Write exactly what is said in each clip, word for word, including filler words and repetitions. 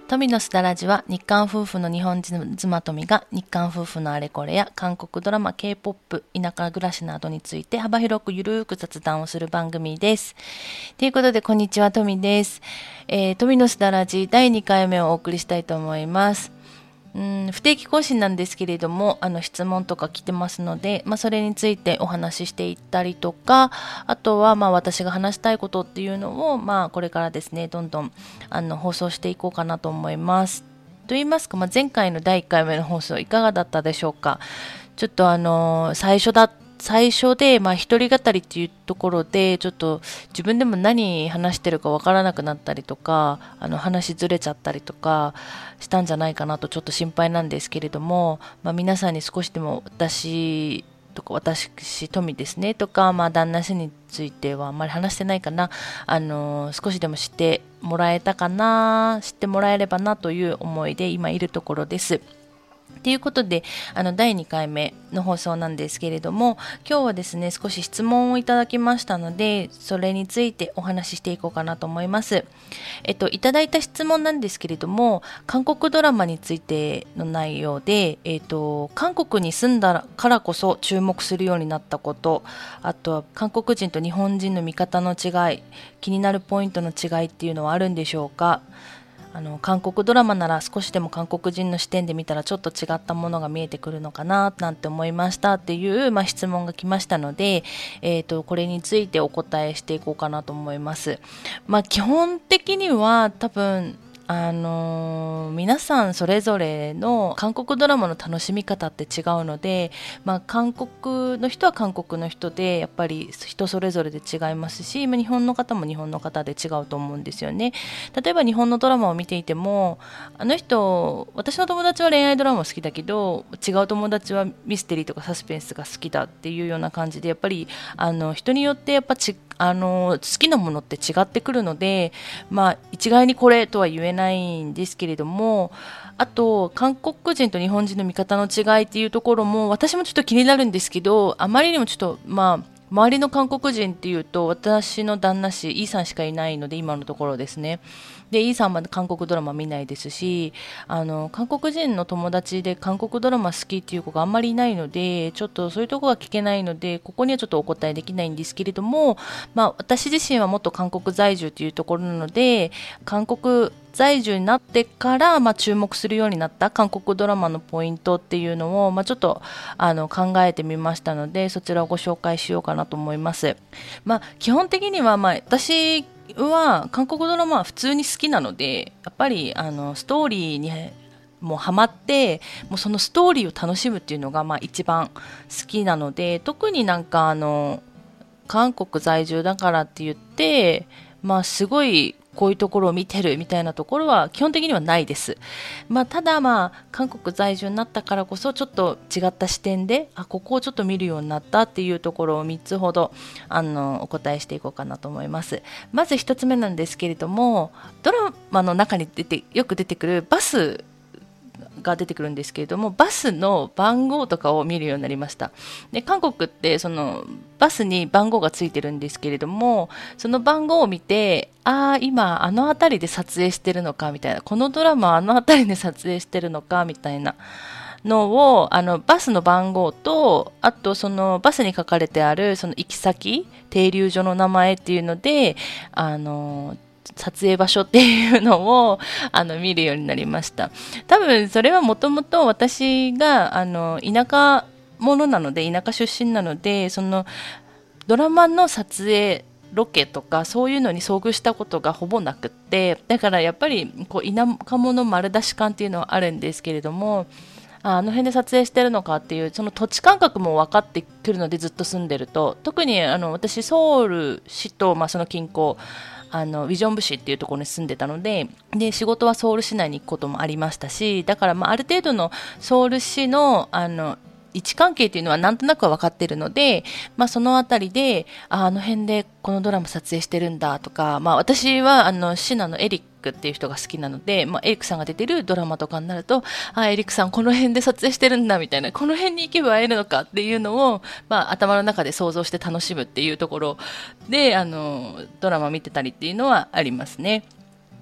富のすだらじは日韓夫婦の日本人妻富が日韓夫婦のあれこれや韓国ドラマ、K-ポップ、田舎暮らしなどについて幅広くゆるーく雑談をする番組です。ということで、こんにちは、富です。えー、富のすだらじだいにかいめをお送りしたいと思います。うん不定期更新なんですけれども、あの質問とか来てますので、まあ、それについてお話ししていったりとか、あとはまあ私が話したいことっていうのを、まあ、これからですねどんどんあの放送していこうかなと思います。と言いますか、まあ、前回のだいいっかいめの放送いかがだったでしょうか。ちょっとあの最初だ最初で、まあ、一人語りっていうところで、ちょっと自分でも何話してるかわからなくなったりとか、あの話ずれちゃったりとかしたんじゃないかなとちょっと心配なんですけれども、まあ、皆さんに少しでも私とか、私、富ですね、とか、まあ、旦那氏についてはあんまり話してないかな、あの少しでも知ってもらえたかな、知ってもらえればなという思いで今いるところです。ということで、あのだいにかいめの放送なんですけれども、今日はですね少し質問をいただきましたので、それについてお話ししていこうかなと思います。えっといただいた質問なんですけれども、韓国ドラマについての内容で、えっと韓国に住んだからこそ注目するようになったこと、あとは韓国人と日本人の見方の違い、気になるポイントの違いっていうのはあるんでしょうか。あの韓国ドラマなら少しでも韓国人の視点で見たらちょっと違ったものが見えてくるのかななんて思いましたっていう、まあ、質問が来ましたので、えーと、これについてお答えしていこうかなと思います。まあ、基本的には多分あのー、皆さんそれぞれの韓国ドラマの楽しみ方って違うので、まあ、韓国の人は韓国の人でやっぱり人それぞれで違いますし、まあ、日本の方も日本の方で違うと思うんですよね。例えば日本のドラマを見ていても、あの人、私の友達は恋愛ドラマ好きだけど違う友達はミステリーとかサスペンスが好きだっていうような感じで、やっぱりあの人によってやっぱちあの好きなものって違ってくるので、まあ、一概にこれとは言えないんですけれども、あと韓国人と日本人の見方の違いっていうところも私もちょっと気になるんですけど、あまりにもちょっとまあ周りの韓国人っていうと私の旦那氏イさんしかいないので、今のところですね。でイさんは韓国ドラマ見ないですし、あの韓国人の友達で韓国ドラマ好きっていう子があんまりいないので、ちょっとそういうところが聞けないのでここにはちょっとお答えできないんですけれども、まあ、私自身は元韓国在住というところなので、韓国在住になってから、まあ、注目するようになった韓国ドラマのポイントっていうのを、まあ、ちょっとあの考えてみましたので、そちらをご紹介しようかなと思います。まあ、基本的には、まあ、私は韓国ドラマは普通に好きなので、やっぱりあのストーリーにもうハマって、もうそのストーリーを楽しむっていうのがまあ一番好きなので、特になんかあの韓国在住だからって言って、まあすごいこういうところを見てるみたいなところは基本的にはないです。まあ、ただまあ韓国在住になったからこそちょっと違った視点で、あここをちょっと見るようになったっていうところをみっつほどあのお答えしていこうかなと思います。まずひとつめなんですけれども、ドラマの中に出てよく出てくるバスが出てくるんですけれども、バスの番号とかを見るようになりました。で韓国ってそのバスに番号がついてるんですけれども、その番号を見て、ああ今あの辺りで撮影してるのかみたいな、このドラマあの辺りで撮影してるのかみたいなのを、あのバスの番号と、あとそのバスに書かれてあるその行き先、停留所の名前っていうので、あの撮影場所っていうのをあの見るようになりました。多分それはもともと私があの田舎者なので、田舎出身なので、そのドラマの撮影ロケとかそういうのに遭遇したことがほぼなくって、だからやっぱりこう田舎者丸出し感っていうのはあるんですけれども、ああの辺で撮影してるのかっていうその土地感覚も分かってくるので、ずっと住んでると。特にあの私ソウル市と、まあ、その近郊あのウィジョンブ市っていうところに住んでたので、で仕事はソウル市内に行くこともありましたし、だからまあある程度のソウル市のあの位置関係っていうのはなんとなくは分かっているので、まあ、そのあたりで あ, あの辺でこのドラマ撮影してるんだとか、まあ、私はあのシナのエリックっていう人が好きなので、まあ、エリックさんが出てるドラマとかになると、あエリックさんこの辺で撮影してるんだみたいな、この辺に行けば会えるのかっていうのを、まあ、頭の中で想像して楽しむっていうところであのドラマ見てたりっていうのはありますね。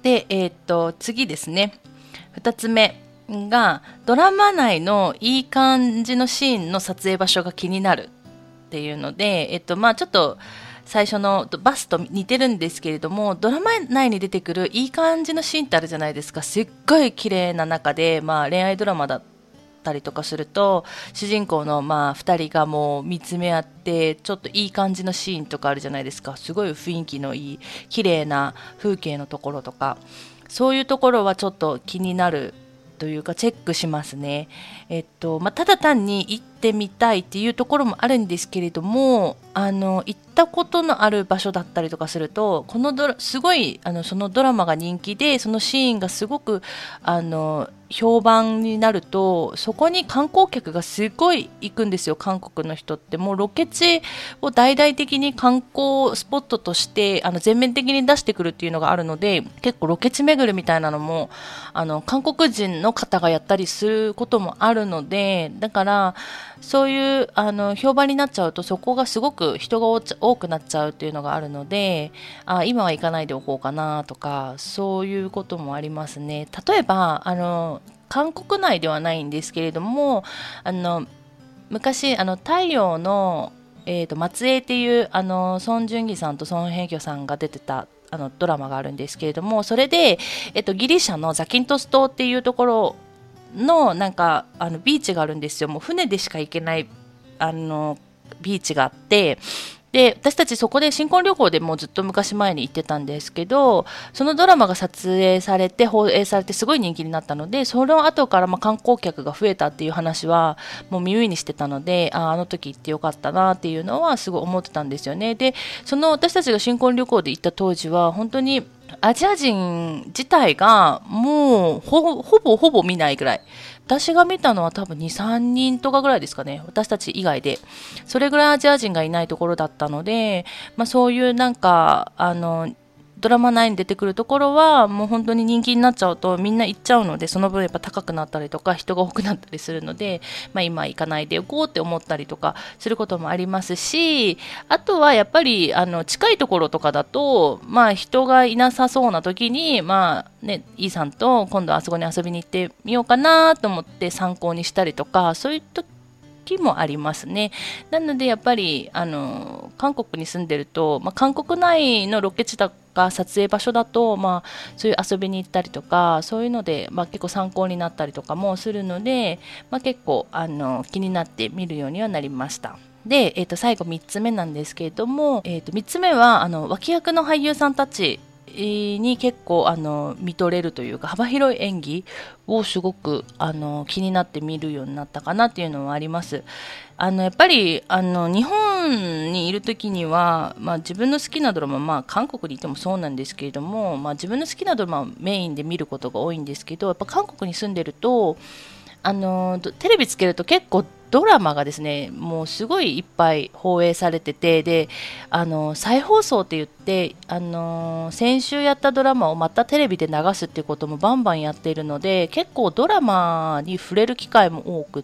で、えー、っと次ですね、ふたつめがドラマ内のいい感じのシーンの撮影場所が気になるっていうので、えっとまあちょっと最初のバスと似てるんですけれども、ドラマ内に出てくるいい感じのシーンってあるじゃないですか。すっごい綺麗な中で、まあ、恋愛ドラマだったりとかすると、主人公のまあふたりがもう見つめ合ってちょっといい感じのシーンとかあるじゃないですか。すごい雰囲気のいい綺麗な風景のところとか、そういうところはちょっと気になるというかチェックしますね。えっとまあ、ただ単に行ってみたいっていうところもあるんですけれども、あの行ったことのある場所だったりとかすると、このドラすごいあのそのドラマが人気で、そのシーンがすごくあの評判になると、そこに観光客がすごい行くんですよ。韓国の人ってもうロケ地を大々的に観光スポットとしてあの全面的に出してくるっていうのがあるので、結構ロケ地巡るみたいなのもあの韓国人の方がやったりすることもあるので、だからそういうあの評判になっちゃうと、そこがすごく人が多くなっちゃうっていうのがあるので、あ今は行かないでおこうかなとか、そういうこともありますね。例えばあの韓国内ではないんですけれども、あの昔あの太陽の、えー、と末裔っていうあのソン・ジュンギさんとソン・ヘイギョさんが出てたあのドラマがあるんですけれども、それで、えっと、ギリシャのザキントス島っていうところのなんかあのビーチがあるんですよ。もう船でしか行けないあのビーチがあって、で私たちそこで新婚旅行でもうずっと昔前に行ってたんですけど、そのドラマが撮影されて放映されてすごい人気になったので、その後からまあ観光客が増えたっていう話はもう耳にしてたので、ああの時行ってよかったなっていうのはすごい思ってたんですよね。でその私たちが新婚旅行で行った当時は本当にアジア人自体がもうほほぼほぼ見ないぐらい、私が見たのは多分に、さんにんとかぐらいですかね。私たち以外で。それぐらいアジア人がいないところだったので、まあそういうなんか、あの、ドラマ内に出てくるところはもう本当に人気になっちゃうとみんな行っちゃうので、その分やっぱ高くなったりとか人が多くなったりするので、まあ、今行かないでおこうって思ったりとかすることもありますし、あとはやっぱりあの近いところとかだと、まあ、人がいなさそうな時に、まあね、イーさんと今度あそこに遊びに行ってみようかなと思って参考にしたりとか、そういった時もありますね。なのでやっぱりあの韓国に住んでると、まあ、韓国内のロケ地だか撮影場所だと、まあ、そういう遊びに行ったりとかそういうので、まあ、結構参考になったりとかもするので、まあ、結構あの気になって見るようにはなりました。で、えー、と最後みっつめなんですけれども、えー、とみっつめはあの脇役の俳優さんたちに結構あの見とれるというか、幅広い演技をすごくあの気になって見るようになったかなっていうのはあります。あのやっぱりあの日本にいる時には、まあ、自分の好きなドラマ、まあ、韓国にいてもそうなんですけれども、まあ、自分の好きなドラマをメインで見ることが多いんですけど、やっぱ韓国に住んでるとあのテレビつけると結構ドラマがですね、もうすごいいっぱい放映されてて、であの再放送って言ってあの先週やったドラマをまたテレビで流すっていうこともバンバンやっているので、結構ドラマに触れる機会も多くって、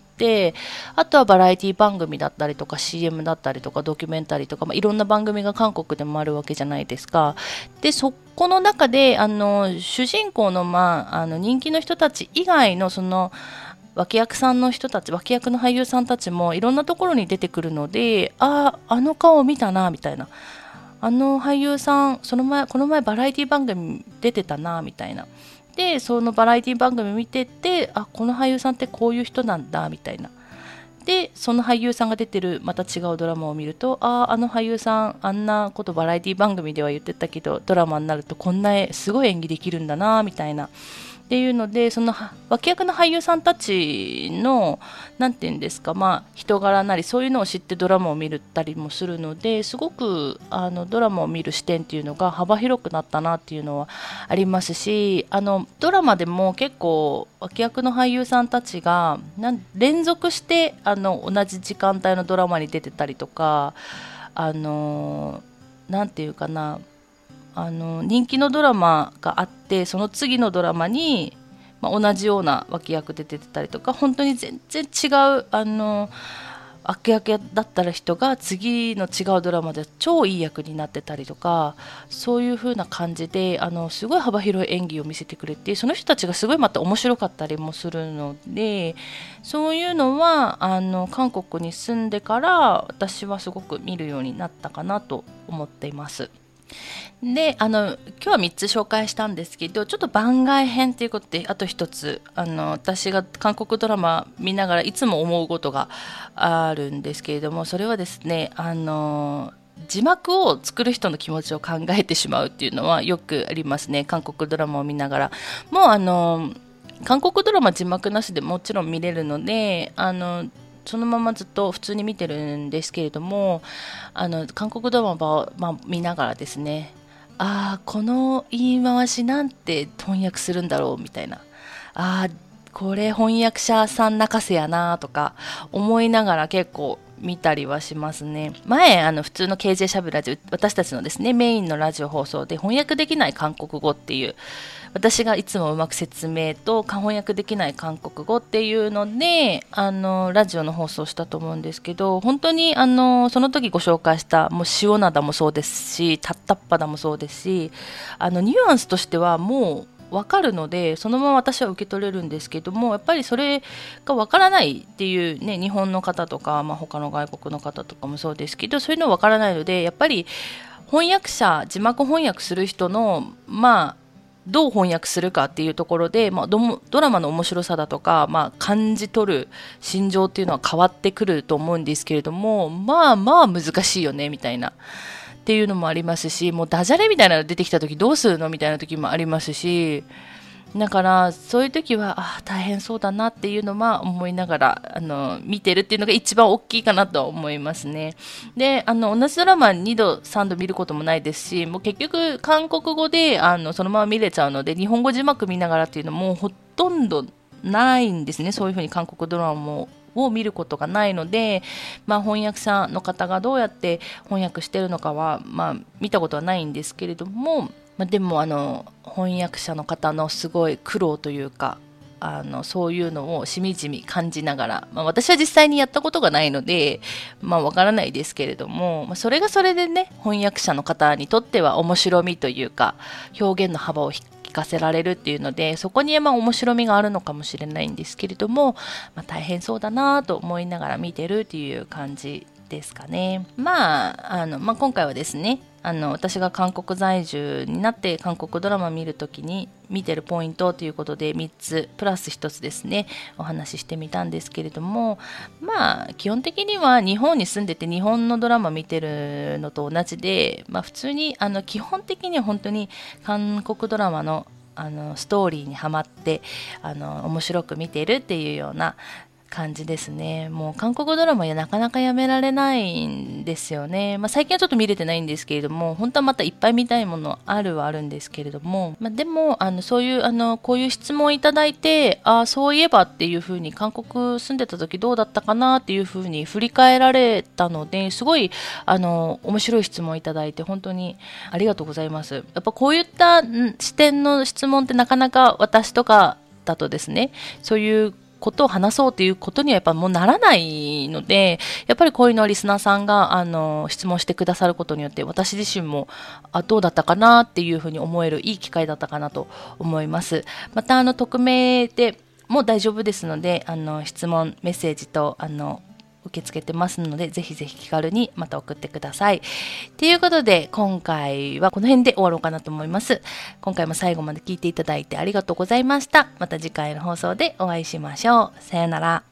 あとはバラエティ番組だったりとか シーエム だったりとかドキュメンタリーとか、まあ、いろんな番組が韓国でもあるわけじゃないですか。でそこの中であの主人公の,、まあ、あの人気の人たち以外のその脇役さんの人たち、脇役の俳優さんたちもいろんなところに出てくるので、ああ、あの顔見たなみたいな、あの俳優さんその前この前バラエティ番組出てたなみたいな、でそのバラエティ番組見てて、あこの俳優さんってこういう人なんだみたいな、でその俳優さんが出てるまた違うドラマを見ると、あああの俳優さんあんなことバラエティ番組では言ってたけどドラマになるとこんなすごい演技できるんだなみたいなっていうので、その脇役の俳優さんたちのなんていうんですか、まあ、人柄なりそういうのを知ってドラマを見るたりもするので、すごくあのドラマを見る視点っていうのが幅広くなったなっていうのはありますし、あのドラマでも結構脇役の俳優さんたちがなん連続してあの同じ時間帯のドラマに出てたりとか、あのなんていうかな、あの人気のドラマがあって、その次のドラマに、まあ、同じような脇役で出てたりとか、本当に全然違うあの悪役だったら人が次の違うドラマで超いい役になってたりとか、そういう風な感じであのすごい幅広い演技を見せてくれて、その人たちがすごいまた面白かったりもするので、そういうのはあの韓国に住んでから私はすごく見るようになったかなと思っています。で、あの今日はみっつ紹介したんですけど、ちょっと番外編ということであとひとつ、あの私が韓国ドラマ見ながらいつも思うことがあるんですけれども、それはですね、あの字幕を作る人の気持ちを考えてしまうっていうのはよくありますね。韓国ドラマを見ながらもうあの韓国ドラマ字幕なしでもちろん見れるので、あのそのままずっと普通に見てるんですけれども、あの韓国ドラマを、まあ、見ながらですね、ああこの言い回しなんて翻訳するんだろうみたいな、ああこれ翻訳者さん泣かせやなとか思いながら結構見たりはしますね。前あの普通の ケージェー しゃべラジオ、私たちのですねメインのラジオ放送で翻訳できない韓国語っていう、私がいつもうまく説明と翻訳できない韓国語っていうのであのラジオの放送したと思うんですけど、本当にあのその時ご紹介したもう塩灘もそうですし、タッタッパダもそうですし、あのニュアンスとしてはもう分かるのでそのまま私は受け取れるんですけども、やっぱりそれが分からないっていうね、日本の方とか、まあ、他の外国の方とかもそうですけど、そういうの分からないので、やっぱり翻訳者字幕翻訳する人のまあどう翻訳するかっていうところで、まあ、ド, ドラマの面白さだとか、まあ、感じ取る心情っていうのは変わってくると思うんですけれども、まあまあ難しいよねみたいなっていうのもありますし、もうダジャレみたいなの出てきた時どうするのみたいな時もありますし、だからそういう時はあ大変そうだなっていうのは思いながらあの見てるっていうのが一番大きいかなと思いますね。で、あの同じドラマにどさんど見ることもないですし、もう結局韓国語であのそのまま見れちゃうので、日本語字幕見ながらっていうのもほとんどないんですね。そういうふうに韓国ドラマもを見ることがないので、まあ、翻訳者の方がどうやって翻訳してるのかは、まあ、見たことはないんですけれども、まあ、でもあの翻訳者の方のすごい苦労というか、あのそういうのをしみじみ感じながら、まあ、私は実際にやったことがないので、まあ、わからないですけれども、まあ、それがそれでね、翻訳者の方にとっては面白みというか表現の幅を聞かせられるっていうので、そこにまあ面白みがあるのかもしれないんですけれども、まあ、大変そうだなと思いながら見てるっていう感じですかね。まあ、あの、まあ、今回はですね、あの私が韓国在住になって韓国ドラマ見るときに見てるポイントということでみっつプラスひとつですねお話ししてみたんですけれども、まあ基本的には日本に住んでて日本のドラマ見てるのと同じで、まあ、普通にあの基本的には本当に韓国ドラマのあのストーリーにはまってあの面白く見てるっていうような感じですね。もう韓国ドラマやなかなかやめられないんですよね。まあ、最近はちょっと見れてないんですけれども、本当はまたいっぱい見たいものあるはあるんですけれども、まあ、でもあのそういうあのこういう質問をいただいて、あそういえばっていう風に韓国住んでた時どうだったかなっていう風に振り返られたので、すごいあの面白い質問をいただいて本当にありがとうございます。やっぱこういった視点の質問ってなかなか私とかだとですね、そういうことを話そうということにはやっぱもうならないので、やっぱりこういうのはリスナーさんがあの質問してくださることによって私自身もあどうだったかなっていうふうに思えるいい機会だったかなと思います。またあの匿名でも大丈夫ですので、あの質問メッセージとあの受け付けてますので、ぜひぜひ気軽にまた送ってください。ということで今回はこの辺で終わろうかなと思います。今回も最後まで聞いていただいてありがとうございました。また次回の放送でお会いしましょう。さよなら。